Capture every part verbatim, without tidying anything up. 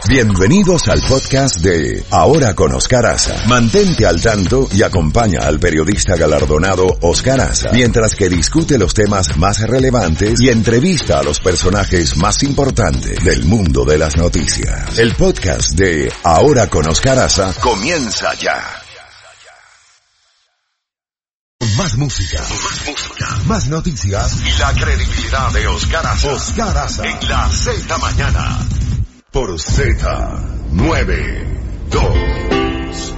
Bienvenidos al podcast de Ahora con Oscar Aza. Mantente al tanto y acompaña al periodista galardonado Oscar Aza, mientras que discute los temas más relevantes y entrevista a los personajes más importantes del mundo de las noticias. El podcast de Ahora con Oscar Aza comienza ya. Más música, más música, más noticias y la credibilidad de Oscar Aza. Oscar Aza en la Z Mañana. Por Z noventa y dos.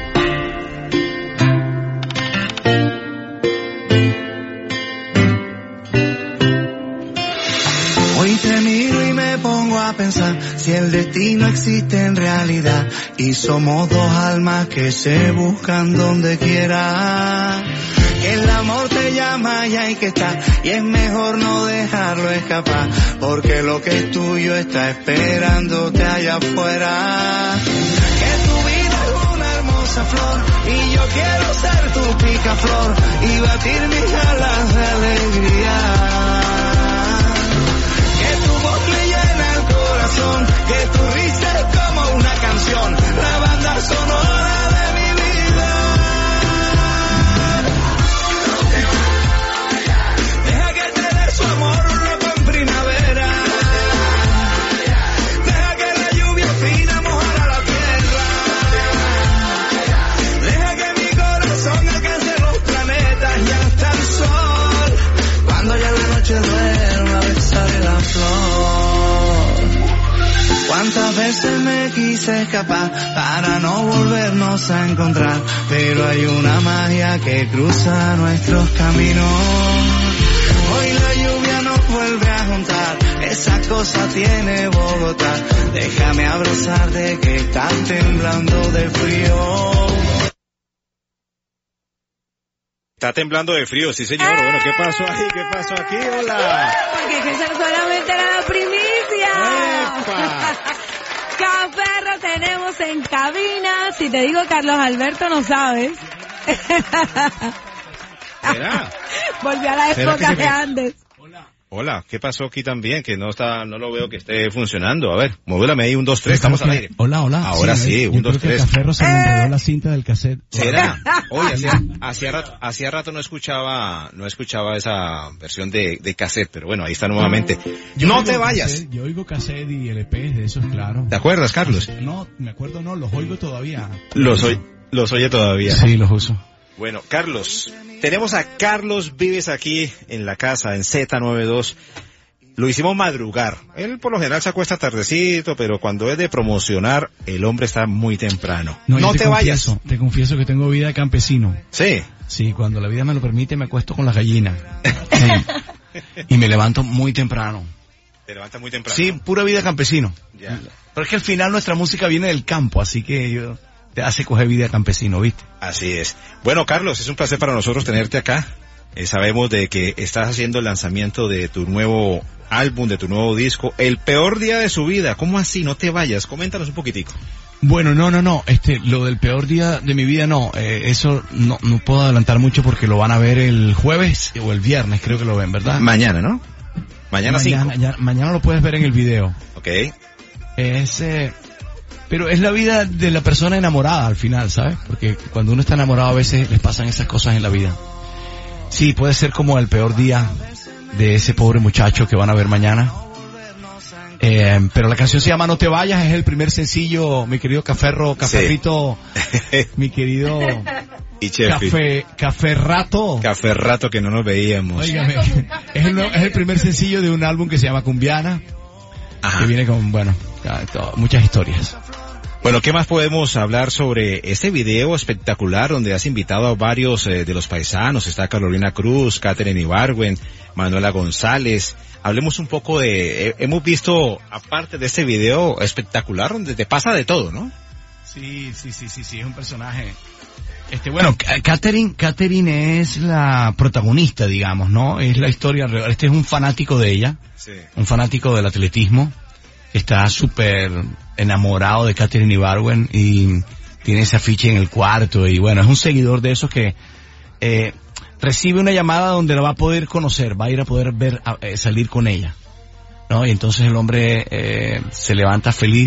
Hoy te miro y me pongo a pensar si el destino existe en realidad y somos dos almas que se buscan donde quiera. Que el amor te llama y hay que estar y es mejor no dejarlo escapar porque lo que es tuyo está esperándote allá afuera. Que tu vida es una hermosa flor y yo quiero ser tu picaflor y batir mis alas de alegría. Que tu voz me llena el corazón, que tu risa es como una canción, la banda sonora de mi vida. Deja que te dé su amor loco en primavera. Deja que la lluvia fina mojara la tierra. Deja que mi corazón alcance los planetas y hasta el sol. Cuando ya la noche duerma, besaré la flor. Cuántas veces me quise escapar para no volvernos a encontrar, pero hay una magia que cruza nuestros caminos. Hoy la lluvia nos vuelve a juntar, esa cosa tiene Bogotá. Déjame abrazarte que estás temblando de frío. Está temblando de frío, sí señor. ¡Eh! Bueno, ¿qué pasó ahí? ¿Qué pasó aquí? Hola. Porque que eso solamente era la primicia. ¡Epa! Caferro tenemos en cabina. Si te digo Carlos Alberto, no sabes. ¿Será? Volvió a la época de antes. Hola, ¿qué pasó aquí también? Que no está, no lo veo que esté funcionando. A ver, modúlame ahí, un, dos, tres, estamos al aire. Hola, hola. Ahora sí, sí un, dos, tres. Caferro se le enredó la cinta del cassette. ¿Será? Oye, hacía, hacía rato, hacía rato no escuchaba, no escuchaba esa versión de, de cassette, pero bueno, ahí está nuevamente. Yo no te vayas. Cassette, yo oigo cassette y L P de eso, es claro. ¿Te acuerdas, Carlos? No, me acuerdo no, los oigo todavía. Los oye, los oye todavía. Sí, los uso. Bueno, Carlos, tenemos a Carlos Vives aquí en la casa, en Z noventa y dos. Lo hicimos madrugar. Él por lo general se acuesta tardecito, pero cuando es de promocionar, el hombre está muy temprano. No, no te, te vayas. Te confieso que tengo vida de campesino. Sí. Sí, cuando la vida me lo permite me acuesto con las gallinas. Sí. Y me levanto muy temprano. Te levantas muy temprano. Sí, pura vida campesino. Ya. Pero es que al final nuestra música viene del campo, así que yo, te hace coger vida campesino, ¿viste? Así es. Bueno, Carlos, es un placer para nosotros tenerte acá. Eh, sabemos de que estás haciendo el lanzamiento de tu nuevo álbum, de tu nuevo disco, El Peor Día de Su Vida. ¿Cómo así? No te vayas, coméntanos un poquitico. Bueno, no, no, no, este, lo del peor día de mi vida no, eh, eso no, no puedo adelantar mucho porque lo van a ver el jueves o el viernes, creo que lo ven, ¿verdad? Mañana, ¿no? Mañana cinco. Mañana, ya, mañana lo puedes ver en el video. Ok. Es, eh, pero es la vida de la persona enamorada al final, ¿sabes? Porque cuando uno está enamorado a veces les pasan esas cosas en la vida. Sí, puede ser como el peor día de ese pobre muchacho que van a ver mañana. Eh, pero la canción se llama No te vayas, es el primer sencillo, mi querido Caferro, Caferrito, sí. Mi querido y Café, Caferrato. Caferrato que no nos veíamos. Óigame, es el, es el primer sencillo de un álbum que se llama Cumbiana. Ajá. Que viene con, bueno, muchas historias. Bueno, ¿qué más podemos hablar sobre este video espectacular donde has invitado a varios eh, de los paisanos? Está Carolina Cruz, Katherine Ibargüen, Manuela González. Hablemos un poco de, eh, hemos visto, aparte de este video espectacular, donde te pasa de todo, ¿no? Sí, sí, sí, sí, sí, es un personaje. Este, bueno, Katherine, Katherine es la protagonista, digamos, ¿no? Es la historia real. Este es un fanático de ella, sí. Un fanático del atletismo. Está súper enamorado de Katherine Ibargüen y tiene ese afiche en el cuarto y bueno, es un seguidor de esos que eh, recibe una llamada donde la va a poder conocer, va a ir a poder ver, a, eh, salir con ella, ¿no? Y entonces el hombre eh, se levanta feliz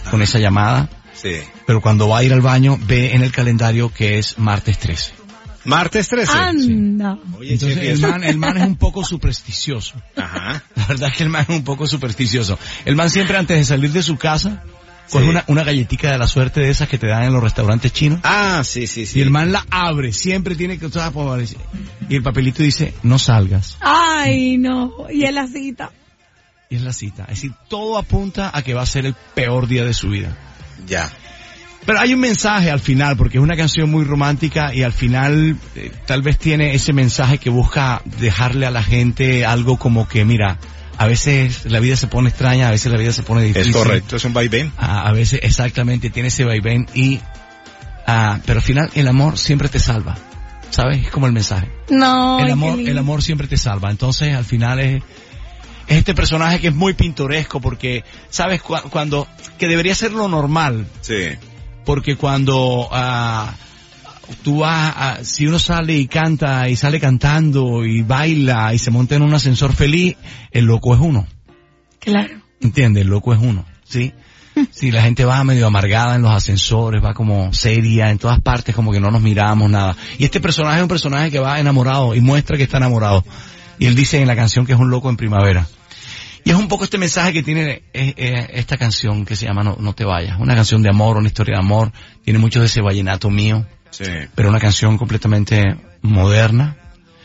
con esa llamada. Sí. Pero cuando va a ir al baño, ve en el calendario que es martes trece. Martes trece. Anda. Sí. Oye, entonces el man, el man es un poco supersticioso. Ajá. La verdad es que el man es un poco supersticioso. El man siempre antes de salir de su casa, coge sí. una, una galletita de la suerte de esas que te dan en los restaurantes chinos. Ah, sí, sí, sí. Y el man la abre, siempre tiene que... Y el papelito dice, no salgas. Ay, no. Y es la cita. Y es la cita. Es decir, todo apunta a que va a ser el peor día de su vida. Ya. Pero hay un mensaje al final, porque es una canción muy romántica y al final eh, tal vez tiene ese mensaje que busca dejarle a la gente algo como que, mira, a veces la vida se pone extraña, a veces la vida se pone difícil. Es correcto, es un vaivén. A, a veces, exactamente, tiene ese vaivén y... Uh, pero al final el amor siempre te salva, ¿sabes? Es como el mensaje. No, el amor, el amor siempre te salva. Entonces al final es... Es este personaje que es muy pintoresco porque, ¿sabes? Cu- cuando... Que debería ser lo normal. Sí. Porque cuando uh, tú vas, a, si uno sale y canta y sale cantando y baila y se monta en un ascensor feliz, el loco es uno. Claro. ¿Entiendes? El loco es uno, ¿sí? Si la gente va medio amargada en los ascensores, va como seria, en todas partes como que no nos miramos, nada. Y este personaje es un personaje que va enamorado y muestra que está enamorado. Y él dice en la canción que es un loco en primavera. Y es un poco este mensaje que tiene eh, eh, esta canción que se llama No, no te vayas. Una canción de amor, una historia de amor. Tiene mucho de ese vallenato mío. Sí. Pero una canción completamente moderna.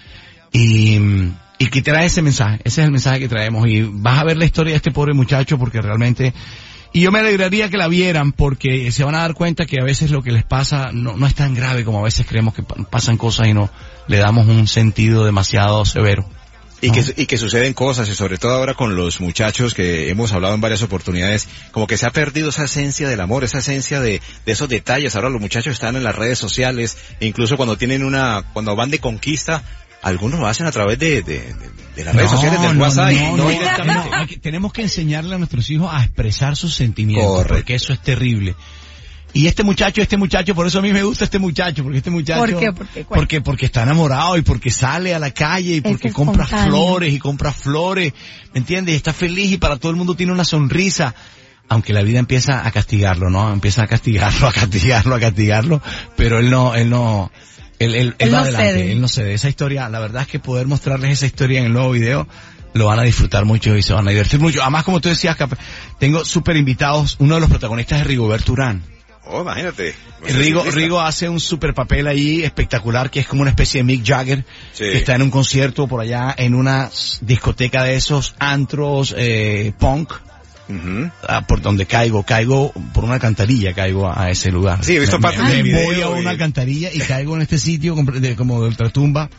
Y, y que trae ese mensaje. Ese es el mensaje que traemos. Y vas a ver la historia de este pobre muchacho porque realmente... Y yo me alegraría que la vieran porque se van a dar cuenta que a veces lo que les pasa no, no es tan grave como a veces creemos que pasan cosas y no le damos un sentido demasiado severo. Y que, y que suceden cosas, y sobre todo ahora con los muchachos que hemos hablado en varias oportunidades, como que se ha perdido esa esencia del amor, esa esencia de, de esos detalles. Ahora los muchachos están en las redes sociales, e incluso cuando tienen una, cuando van de conquista, algunos lo hacen a través de, de, de, de las redes no, sociales, del no, WhatsApp. No, y no, no no, directamente. no, que, tenemos que enseñarle a nuestros hijos a expresar sus sentimientos, Correcto. Porque eso es terrible. Y este muchacho, este muchacho, por eso a mí me gusta este muchacho, porque este muchacho... ¿Por qué? ¿Por qué? Porque, porque está enamorado y porque sale a la calle y porque compra espontáneo. flores y compra flores, ¿me entiendes? Y está feliz y para todo el mundo tiene una sonrisa. Aunque la vida empieza a castigarlo, ¿no? Empieza a castigarlo, a castigarlo, a castigarlo, pero él no, él no... Él, él, él, él va no adelante, cede. él no cede. Esa historia, la verdad es que poder mostrarles esa historia en el nuevo video, lo van a disfrutar mucho y se van a divertir mucho. Además, como tú decías, tengo súper invitados, uno de los protagonistas es Rigoberto Urán. Oh, imagínate. Rigo, Rigo hace un super papel ahí espectacular que es como una especie de Mick Jagger, sí. Que está en un concierto por allá en una discoteca de esos antros eh, punk. Uh-huh. Ah, por donde caigo, caigo por una alcantarilla, caigo a, a ese lugar. Sí, he visto me, parte me, del me video voy a y... una alcantarilla y caigo en este sitio como de, como de ultratumba.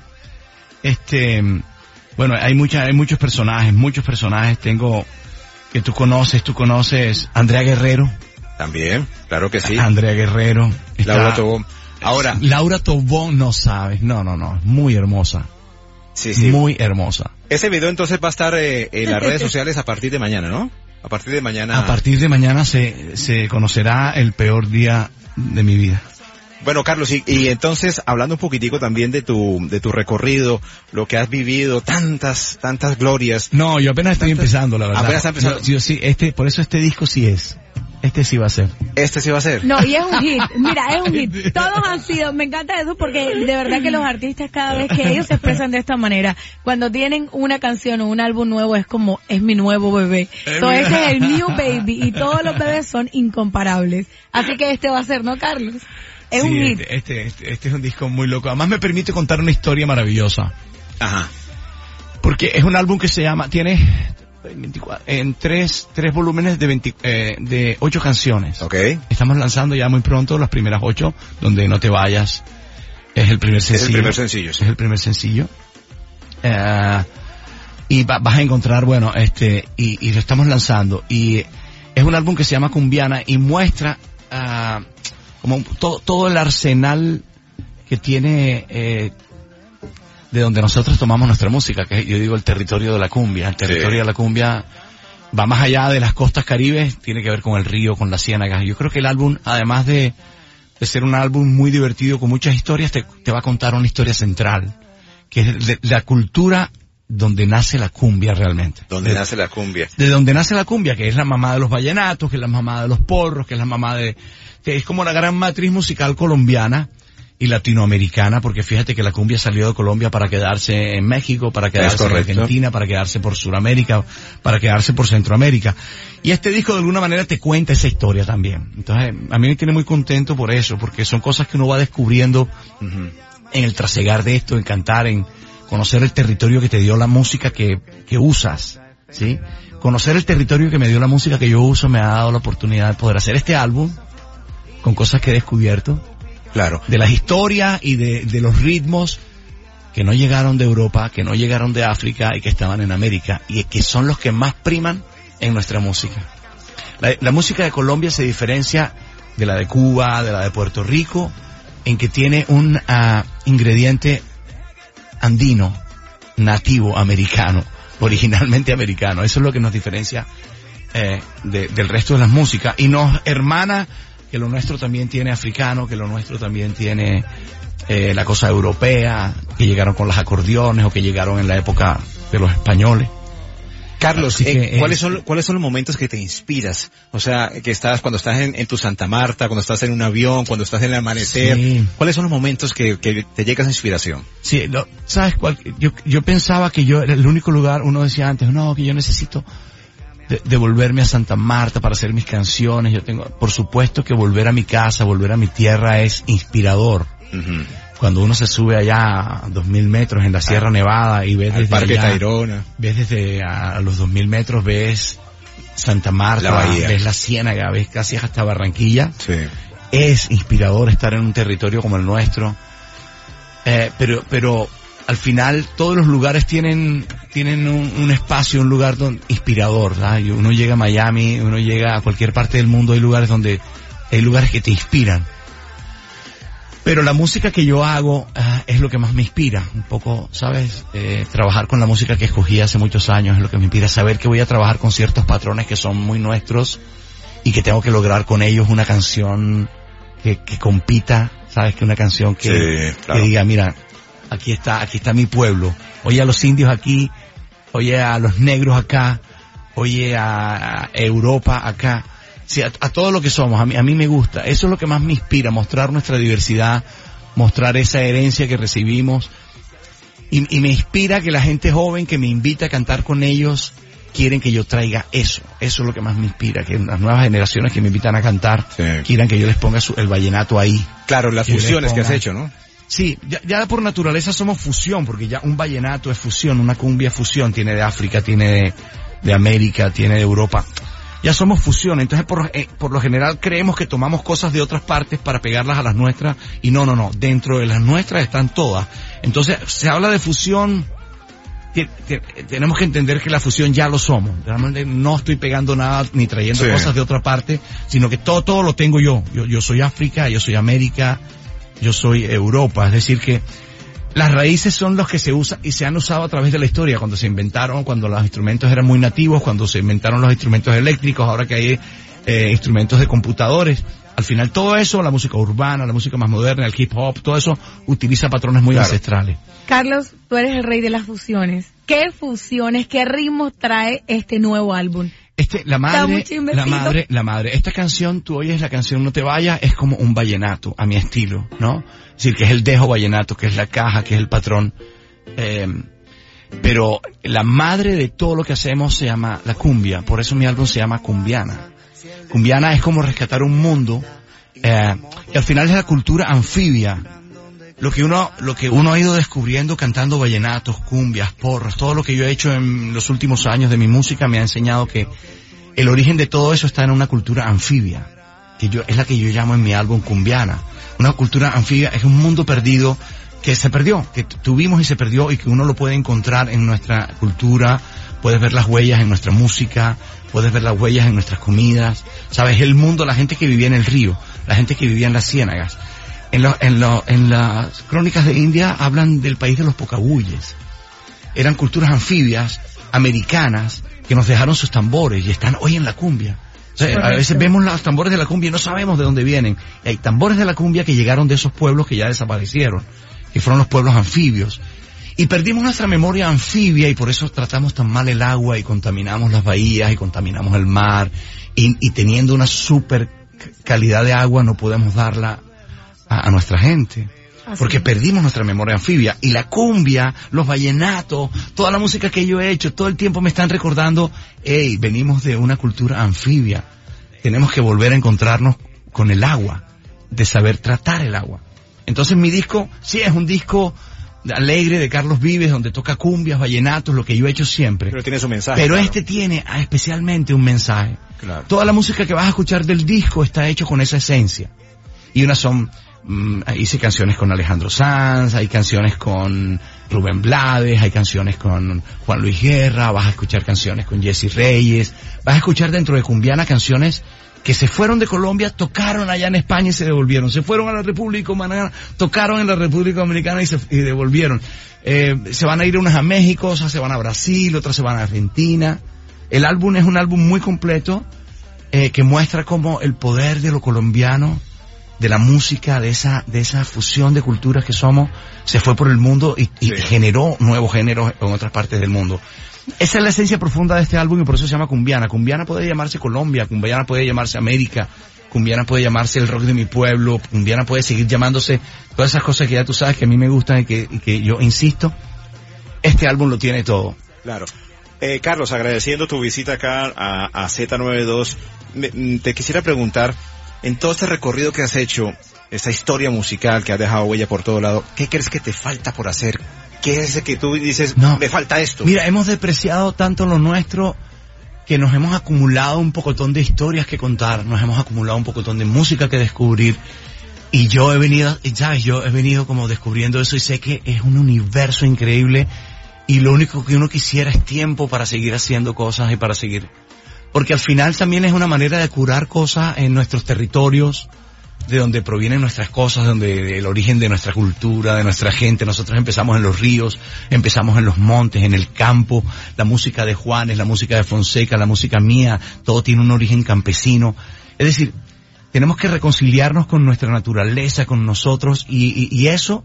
Este, bueno, hay muchas, hay muchos personajes, muchos personajes. Tengo que tú conoces, tú conoces Andrea Guerrero. También, claro que sí. Andrea Guerrero. Está, Laura Tobón. Ahora. Laura Tobón, no sabes, no, no, no, muy hermosa. Sí, sí. Muy hermosa. Ese video entonces va a estar eh, en las redes sociales a partir de mañana, ¿no? A partir de mañana. A partir de mañana se, se conocerá el peor día de mi vida. Bueno, Carlos, y, y entonces, hablando un poquitico también de tu, de tu recorrido, lo que has vivido, tantas, tantas glorias. No, yo apenas estoy empezando, la verdad. Apenas está empezando. Yo, yo sí, este, por eso este disco sí es. Este sí va a ser. Este sí va a ser. No, y es un hit. Mira, es un hit. Todos han sido, me encanta eso porque de verdad que los artistas cada vez que ellos se expresan de esta manera, cuando tienen una canción o un álbum nuevo es como, es mi nuevo bebé. Entonces este es el new baby y todos los bebés son incomparables. Así que este va a ser, ¿no, Carlos? Es sí, un hit. Este, este, este, este es un disco muy loco. Además me permite contar una historia maravillosa. Ajá. Porque es un álbum que se llama, tiene veinticuatro, en tres, tres volúmenes de veinte, eh, de ocho canciones. Okay. Estamos lanzando ya muy pronto las primeras ocho, donde No te vayas. Es el primer sencillo. Es el primer sencillo, sí. Es el primer sencillo. Uh, y va, vas a encontrar, bueno, este, y, y lo estamos lanzando. Y es un álbum que se llama Cumbiana y muestra uh, como todo, todo el arsenal que tiene eh, de donde nosotros tomamos nuestra música, que yo digo el territorio de la cumbia. El territorio sí. de la cumbia va más allá de las costas caribes, tiene que ver con el río, con las ciénagas. Yo creo que el álbum, además de, de ser un álbum muy divertido con muchas historias, te, te va a contar una historia central, que es de, la cultura donde nace la cumbia realmente. Donde de, nace la cumbia. De donde nace la cumbia, que es la mamá de los vallenatos, que es la mamá de los porros, que es la mamá de, que es como la gran matriz musical colombiana y latinoamericana, porque fíjate que la cumbia salió de Colombia para quedarse en México, para quedarse en Argentina, para quedarse por Sudamérica, para quedarse por Centroamérica. Y este disco de alguna manera te cuenta esa historia también. Entonces, a mí me tiene muy contento por eso, porque son cosas que uno va descubriendo uh-huh. en el trasegar de esto, en cantar, en conocer el territorio que te dio la música que, que usas, ¿sí? Conocer el territorio que me dio la música que yo uso me ha dado la oportunidad de poder hacer este álbum con cosas que he descubierto. Claro. De las historias y de, de los ritmos que no llegaron de Europa, que no llegaron de África y que estaban en América y que son los que más priman en nuestra música. La, la música de Colombia se diferencia de la de Cuba, de la de Puerto Rico, en que tiene un uh, ingrediente andino, nativo, americano, originalmente americano. Eso es lo que nos diferencia eh, de, del resto de las músicas y nos hermana que lo nuestro también tiene africano, que lo nuestro también tiene eh, la cosa europea, que llegaron con los acordeones o que llegaron en la época de los españoles. Carlos, eh, ¿cuáles es... son cuáles son los momentos que te inspiras? O sea, que estás cuando estás en, en tu Santa Marta, cuando estás en un avión, cuando estás en el amanecer. Sí. ¿Cuáles son los momentos que, que te llega esa inspiración? Sí, lo, ¿sabes cuál? Yo, yo pensaba que yo era el único lugar, uno decía antes, no, que yo necesito de, de volverme a Santa Marta para hacer mis canciones. Yo tengo, por supuesto que volver a mi casa, volver a mi tierra es inspirador. Uh-huh. Cuando uno se sube allá a dos mil metros en la Sierra Nevada y ves al desde Parque allá, Tayrona, ves desde a, a los dos mil metros, ves Santa Marta, la bahía, ves la Ciénaga, ves casi hasta Barranquilla. Sí. Es inspirador estar en un territorio como el nuestro. Eh, pero, pero al final todos los lugares tienen, tienen un, un espacio, un lugar donde, inspirador, ¿verdad? Y uno llega a Miami, uno llega a cualquier parte del mundo, hay lugares donde, hay lugares que te inspiran. Pero la música que yo hago uh, es lo que más me inspira. Un poco, ¿sabes? Eh, trabajar con la música que escogí hace muchos años es lo que me inspira. Saber que voy a trabajar con ciertos patrones que son muy nuestros y que tengo que lograr con ellos una canción que, que compita, ¿sabes? Que una canción que, sí, claro. que diga, mira, aquí está, aquí está mi pueblo. Oye a los indios aquí, oye a los negros acá, oye a, a Europa acá. Sí, a, a todo lo que somos, a mí, a mí me gusta, eso es lo que más me inspira, mostrar nuestra diversidad, mostrar esa herencia que recibimos, y, y me inspira que la gente joven que me invita a cantar con ellos, quieren que yo traiga eso, eso es lo que más me inspira, que las nuevas generaciones que me invitan a cantar, sí. quieran que yo les ponga su, el vallenato ahí. Claro, las fusiones que has hecho, ¿no? Sí, ya, ya por naturaleza somos fusión, porque ya un vallenato es fusión, una cumbia es fusión, tiene de África, tiene de, de América, tiene de Europa. Ya somos fusión, entonces por, eh, por lo general creemos que tomamos cosas de otras partes para pegarlas a las nuestras, y no, no, no, dentro de las nuestras están todas. Entonces, se habla de fusión, que, que, tenemos que entender que la fusión ya lo somos. Realmente no estoy pegando nada ni trayendo sí. cosas de otra parte, sino que todo, todo lo tengo yo. Yo, yo soy África, yo soy América, yo soy Europa, es decir que las raíces son los que se usan y se han usado a través de la historia, cuando se inventaron, cuando los instrumentos eran muy nativos, cuando se inventaron los instrumentos eléctricos, ahora que hay eh, instrumentos de computadores. Al final todo eso, la música urbana, la música más moderna, el hip hop, todo eso utiliza patrones muy claro. ancestrales. Carlos, tú eres el rey de las fusiones. ¿Qué fusiones, qué ritmos trae este nuevo álbum? Este, la madre, la madre, la madre. Esta canción, tú oyes la canción No te vayas, es como un vallenato, a mi estilo, ¿no? Es decir, que es el dejo vallenato, que es la caja, que es el patrón. Eh, pero la madre de todo lo que hacemos se llama la cumbia, por eso mi álbum se llama Cumbiana. Cumbiana es como rescatar un mundo, eh, y al final es la cultura anfibia. Lo que uno, lo que uno ha ido descubriendo cantando vallenatos, cumbias, porros, todo lo que yo he hecho en los últimos años de mi música me ha enseñado que el origen de todo eso está en una cultura anfibia, que yo, es la que yo llamo en mi álbum Cumbiana. Una cultura anfibia es un mundo perdido que se perdió, que tuvimos y se perdió y que uno lo puede encontrar en nuestra cultura, puedes ver las huellas en nuestra música, puedes ver las huellas en nuestras comidas, sabes, el mundo, la gente que vivía en el río, la gente que vivía en las ciénagas. En, lo, en, lo, en las crónicas de India hablan del país de los pocahuyes. Eran culturas anfibias, americanas, que nos dejaron sus tambores y están hoy en la cumbia. O sea, a veces vemos los tambores de la cumbia y no sabemos de dónde vienen. Y hay tambores de la cumbia que llegaron de esos pueblos que ya desaparecieron, que fueron los pueblos anfibios. Y perdimos nuestra memoria anfibia y por eso tratamos tan mal el agua y contaminamos las bahías y contaminamos el mar y, y teniendo una super calidad de agua no podemos darla a, a nuestra gente. Así porque es. Perdimos nuestra memoria anfibia y la cumbia, los vallenatos, toda la música que yo he hecho, todo el tiempo me están recordando, hey, venimos de una cultura anfibia, tenemos que volver a encontrarnos con el agua, de saber tratar el agua. Entonces mi disco, sí, es un disco alegre de Carlos Vives, donde toca cumbias, vallenatos, lo que yo he hecho siempre. Pero tiene su mensaje. Pero claro. Este tiene ah, especialmente un mensaje. Claro. Toda la música que vas a escuchar del disco está hecho con esa esencia. Y unas son, mmm, hice canciones con Alejandro Sanz, hay canciones con Rubén Blades, hay canciones con Juan Luis Guerra, vas a escuchar canciones con Jesse Reyes, vas a escuchar dentro de Cumbiana canciones que se fueron de Colombia, tocaron allá en España y se devolvieron. Se fueron a la República Dominicana, tocaron en la República Dominicana y se y devolvieron. Eh, se van a ir unas a México, otras se van a Brasil, otras se van a Argentina. El álbum es un álbum muy completo, eh, que muestra cómo el poder de lo colombiano, de la música, de esa, de esa fusión de culturas que somos, se fue por el mundo y, y sí. generó nuevos géneros en otras partes del mundo. Esa es la esencia profunda de este álbum y por eso se llama Cumbiana. Cumbiana puede llamarse Colombia, Cumbiana puede llamarse América, Cumbiana puede llamarse el rock de mi pueblo, Cumbiana puede seguir llamándose todas esas cosas que ya tú sabes que a mí me gustan y que, y que yo insisto, este álbum lo tiene todo. Claro. Eh, Carlos, agradeciendo tu visita acá a, a Z noventa y dos, me, te quisiera preguntar, en todo este recorrido que has hecho, esta historia musical que has dejado huella por todo lado, ¿qué crees que te falta por hacer? ¿Qué es ese que tú dices, no, me falta esto? Mira, hemos despreciado tanto lo nuestro que nos hemos acumulado un pocotón de historias que contar, nos hemos acumulado un pocotón de música que descubrir y yo he venido, ¿sabes? Yo he venido como descubriendo eso y sé que es un universo increíble y lo único que uno quisiera es tiempo para seguir haciendo cosas y para seguir, porque al final también es una manera de curar cosas en nuestros territorios, de donde provienen nuestras cosas, de donde el origen de nuestra cultura, de nuestra gente. Nosotros empezamos en los ríos, empezamos en los montes, en el campo, la música de Juanes, la música de Fonseca, la música mía, todo tiene un origen campesino. Es decir, tenemos que reconciliarnos con nuestra naturaleza, con nosotros, y, y, y eso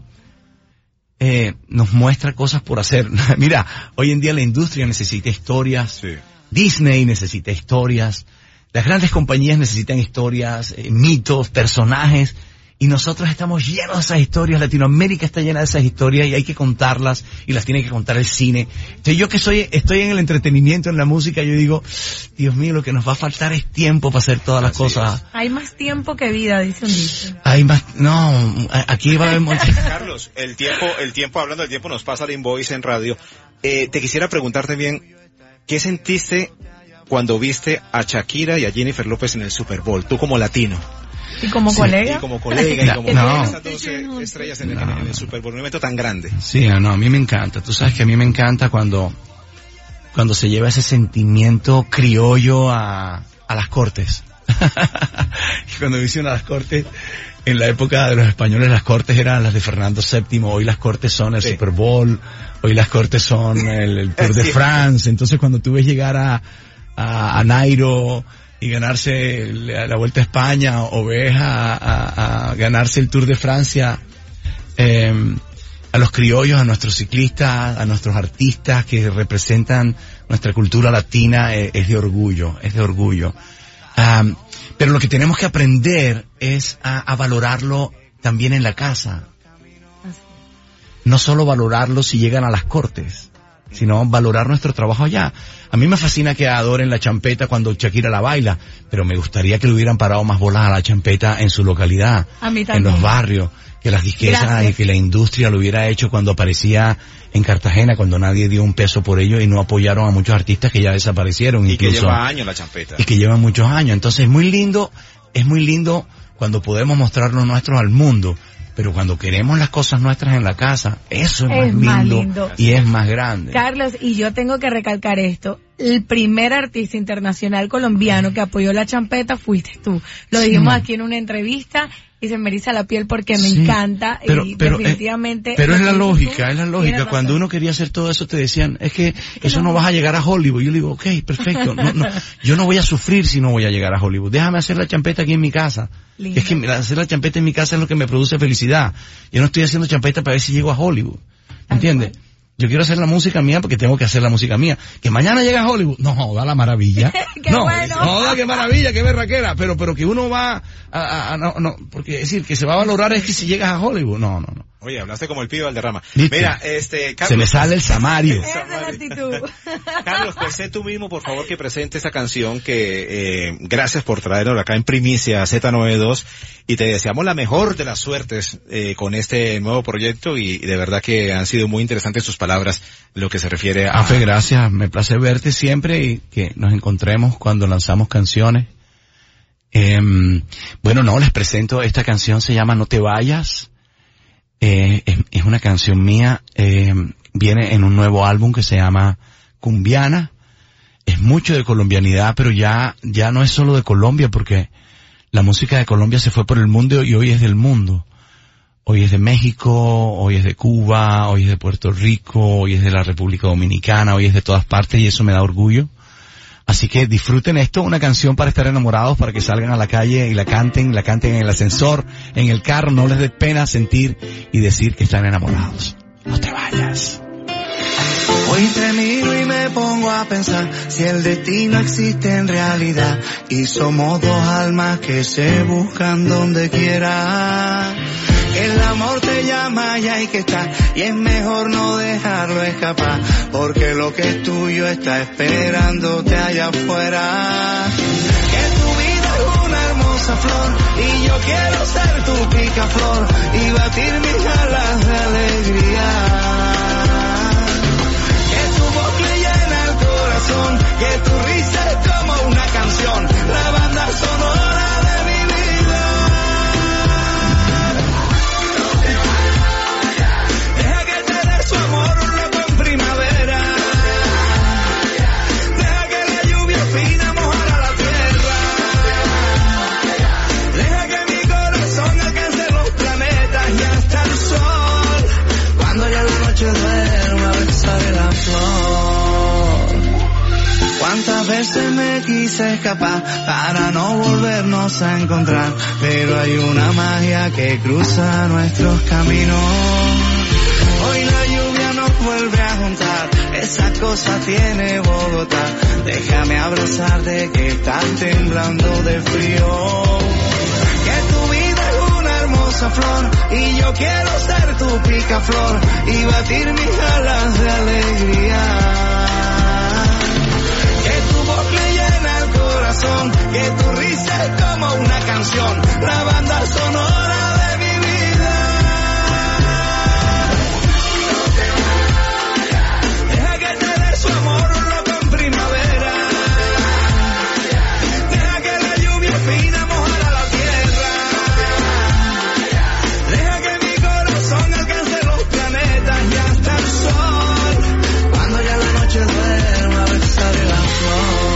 eh, nos muestra cosas por hacer. Mira, hoy en día la industria necesita historias, sí. Disney necesita historias, las grandes compañías necesitan historias, eh, mitos, personajes, y nosotros estamos llenos de esas historias. Latinoamérica está llena de esas historias y hay que contarlas, y las tiene que contar el cine. Entonces yo que soy, estoy en el entretenimiento, en la música, yo digo, Dios mío, lo que nos va a faltar es tiempo para hacer todas las Así cosas. Es. Hay más tiempo que vida, dice un dicho. Hay más, no, aquí va a haber... Carlos, el tiempo, el tiempo, hablando del tiempo, nos pasa al Invoice en radio. Eh, te quisiera preguntarte bien, ¿qué sentiste cuando viste a Shakira y a Jennifer López en el Super Bowl, tú como latino? ¿Y como sí, colega? Y como colega, y como no. esas dos estrellas en el, no. en el Super Bowl, un evento tan grande. Sí, no, a mí me encanta. Tú sabes que a mí me encanta cuando, cuando se lleva ese sentimiento criollo a, a las cortes. Y cuando dicen a las cortes, en la época de los españoles las cortes eran las de Fernando séptimo, hoy las cortes son el sí. Super Bowl, hoy las cortes son el, el Tour de sí. France. Entonces cuando tú ves llegar a A, a Nairo y ganarse la, la Vuelta a España, o ves a, a, a ganarse el Tour de Francia, eh, a los criollos, a nuestros ciclistas, a nuestros artistas que representan nuestra cultura latina, eh, es de orgullo, es de orgullo. Um, pero lo que tenemos que aprender es a, a valorarlo también en la casa. No solo valorarlo si llegan a las cortes, sino valorar nuestro trabajo allá. A mí me fascina que adoren la champeta cuando Shakira la baila, pero me gustaría que le hubieran parado más bolas a la champeta en su localidad, a mí en los barrios, que las disqueras Gracias. y que la industria lo hubiera hecho cuando aparecía en Cartagena, cuando nadie dio un peso por ello y no apoyaron a muchos artistas que ya desaparecieron. Y incluso, que lleva años la champeta. Y que llevan muchos años. Entonces es muy lindo, es muy lindo cuando podemos mostrar lo nuestro al mundo. Pero cuando queremos las cosas nuestras en la casa, eso es, es más, lindo más lindo y es más grande. Carlos, y yo tengo que recalcar esto, el primer artista internacional colombiano que apoyó la champeta fuiste tú. Lo sí. dijimos aquí en una entrevista y se me eriza la piel porque me sí. encanta pero, y pero, definitivamente... Eh, pero es la lógica, es la lógica. Cuando uno quería hacer todo eso te decían, es que eso no vas a llegar a Hollywood. Yo le digo, ok, perfecto. No, no, yo no voy a sufrir si no voy a llegar a Hollywood. Déjame hacer la champeta aquí en mi casa. Lindo. Es que hacer la champeta en mi casa es lo que me produce felicidad. Yo no estoy haciendo champeta para ver si llego a Hollywood. ¿Entiendes? Yo quiero hacer la música mía porque tengo que hacer la música mía. Que mañana llega a Hollywood. No, joda la maravilla. Qué no, bueno. joda, qué maravilla, qué berraquera. Pero, pero que uno va a, a, a no, no, porque es decir, que se va a valorar es que si llegas a Hollywood. No, no, no. Oye, hablaste como el pibe Valderrama. ¿Viste? Mira, este, Carlos. Se me sale el samario. Esa es la actitud. Carlos, pues sé tú mismo, por favor, que presente esta canción que, eh, gracias por traernos acá en primicia a Z noventa y dos y te deseamos la mejor de las suertes, eh, con este nuevo proyecto y, y de verdad que han sido muy interesantes tus palabras, lo que se refiere a... Afe, gracias. Me place verte siempre y que nos encontremos cuando lanzamos canciones. Eh, bueno, no, les presento, esta canción se llama No te vayas. Eh, es, es una canción mía, eh, viene en un nuevo álbum que se llama Cumbiana. Es mucho de colombianidad, pero ya, ya no es solo de Colombia, porque la música de Colombia se fue por el mundo y hoy es del mundo. Hoy es de México, hoy es de Cuba, hoy es de Puerto Rico, hoy es de la República Dominicana, hoy es de todas partes y eso me da orgullo. Así que disfruten esto, una canción para estar enamorados, para que salgan a la calle y la canten, la canten en el ascensor, en el carro, no les dé pena sentir y decir que están enamorados. No te vayas. Hoy te miro y me pongo a pensar si el destino existe en realidad y somos dos almas que se buscan donde quiera. El amor te llama y hay que estar y es mejor no dejarlo escapar porque lo que es tuyo está esperándote allá afuera. Que tu vida es una hermosa flor y yo quiero ser tu picaflor y batir mis alas de alegría. Que tu voz me llena el corazón, que tu risa es como una canción, la banda sonora de mi vida. Deja que te dé su amor un loco en primavera. Deja que la lluvia fina mojara la tierra. Deja que mi corazón alcance los planetas y hasta el sol. Cuando ya la noche duerma besaré la flor. Cuántas veces me quise escapar para no volvernos a encontrar, pero hay una magia que cruza nuestros caminos. Hoy la lluvia nos vuelve a juntar, esa cosa tiene Bogotá. Déjame abrazarte que estás temblando de frío. Que tu vida es una hermosa flor y yo quiero ser tu picaflor y batir mis alas de alegría. Que tu voz me llena el corazón, que tu risa es como una canción, la banda sonora de mi vida. Deja que te dé su amor un loco en primavera. Deja que la lluvia fina mojara la tierra. Deja que mi corazón alcance los planetas y hasta el sol. Cuando ya la noche duerma besaré la flor.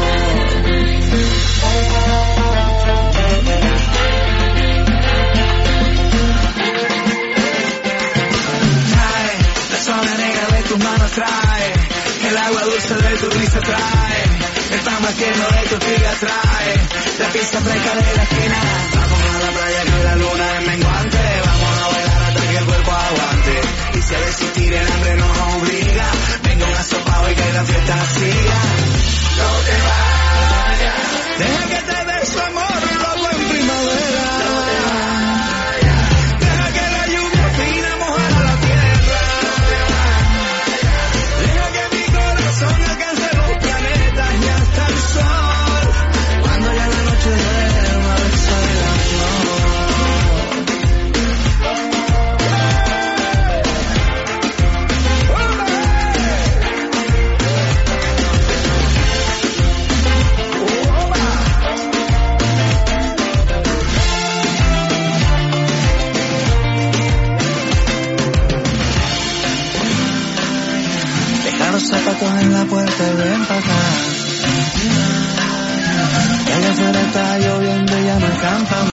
Trae la zona negra de tus manos, trae el agua dulce de tu risa, trae el pan más tierno de tu ortiga, trae la pista fresca de la esquina. Vamos a la playa que la luna es menguante, vamos a bailar hasta que el cuerpo aguante. Y si a resistir el hambre nos obliga, venga un asopado y que la fiesta siga. No te vayas, deja que te dé su amor loco en primavera. No te vayas, deja que la lluvia fina mojara la tierra. Deja que mi corazón alcance los planetas y hasta el sol. Cuando ya la noche duerma besaré la flor. Deja los zapatos en la puerta y ven pa' acá. Que allá afuera está lloviendo y ya no hay campamento.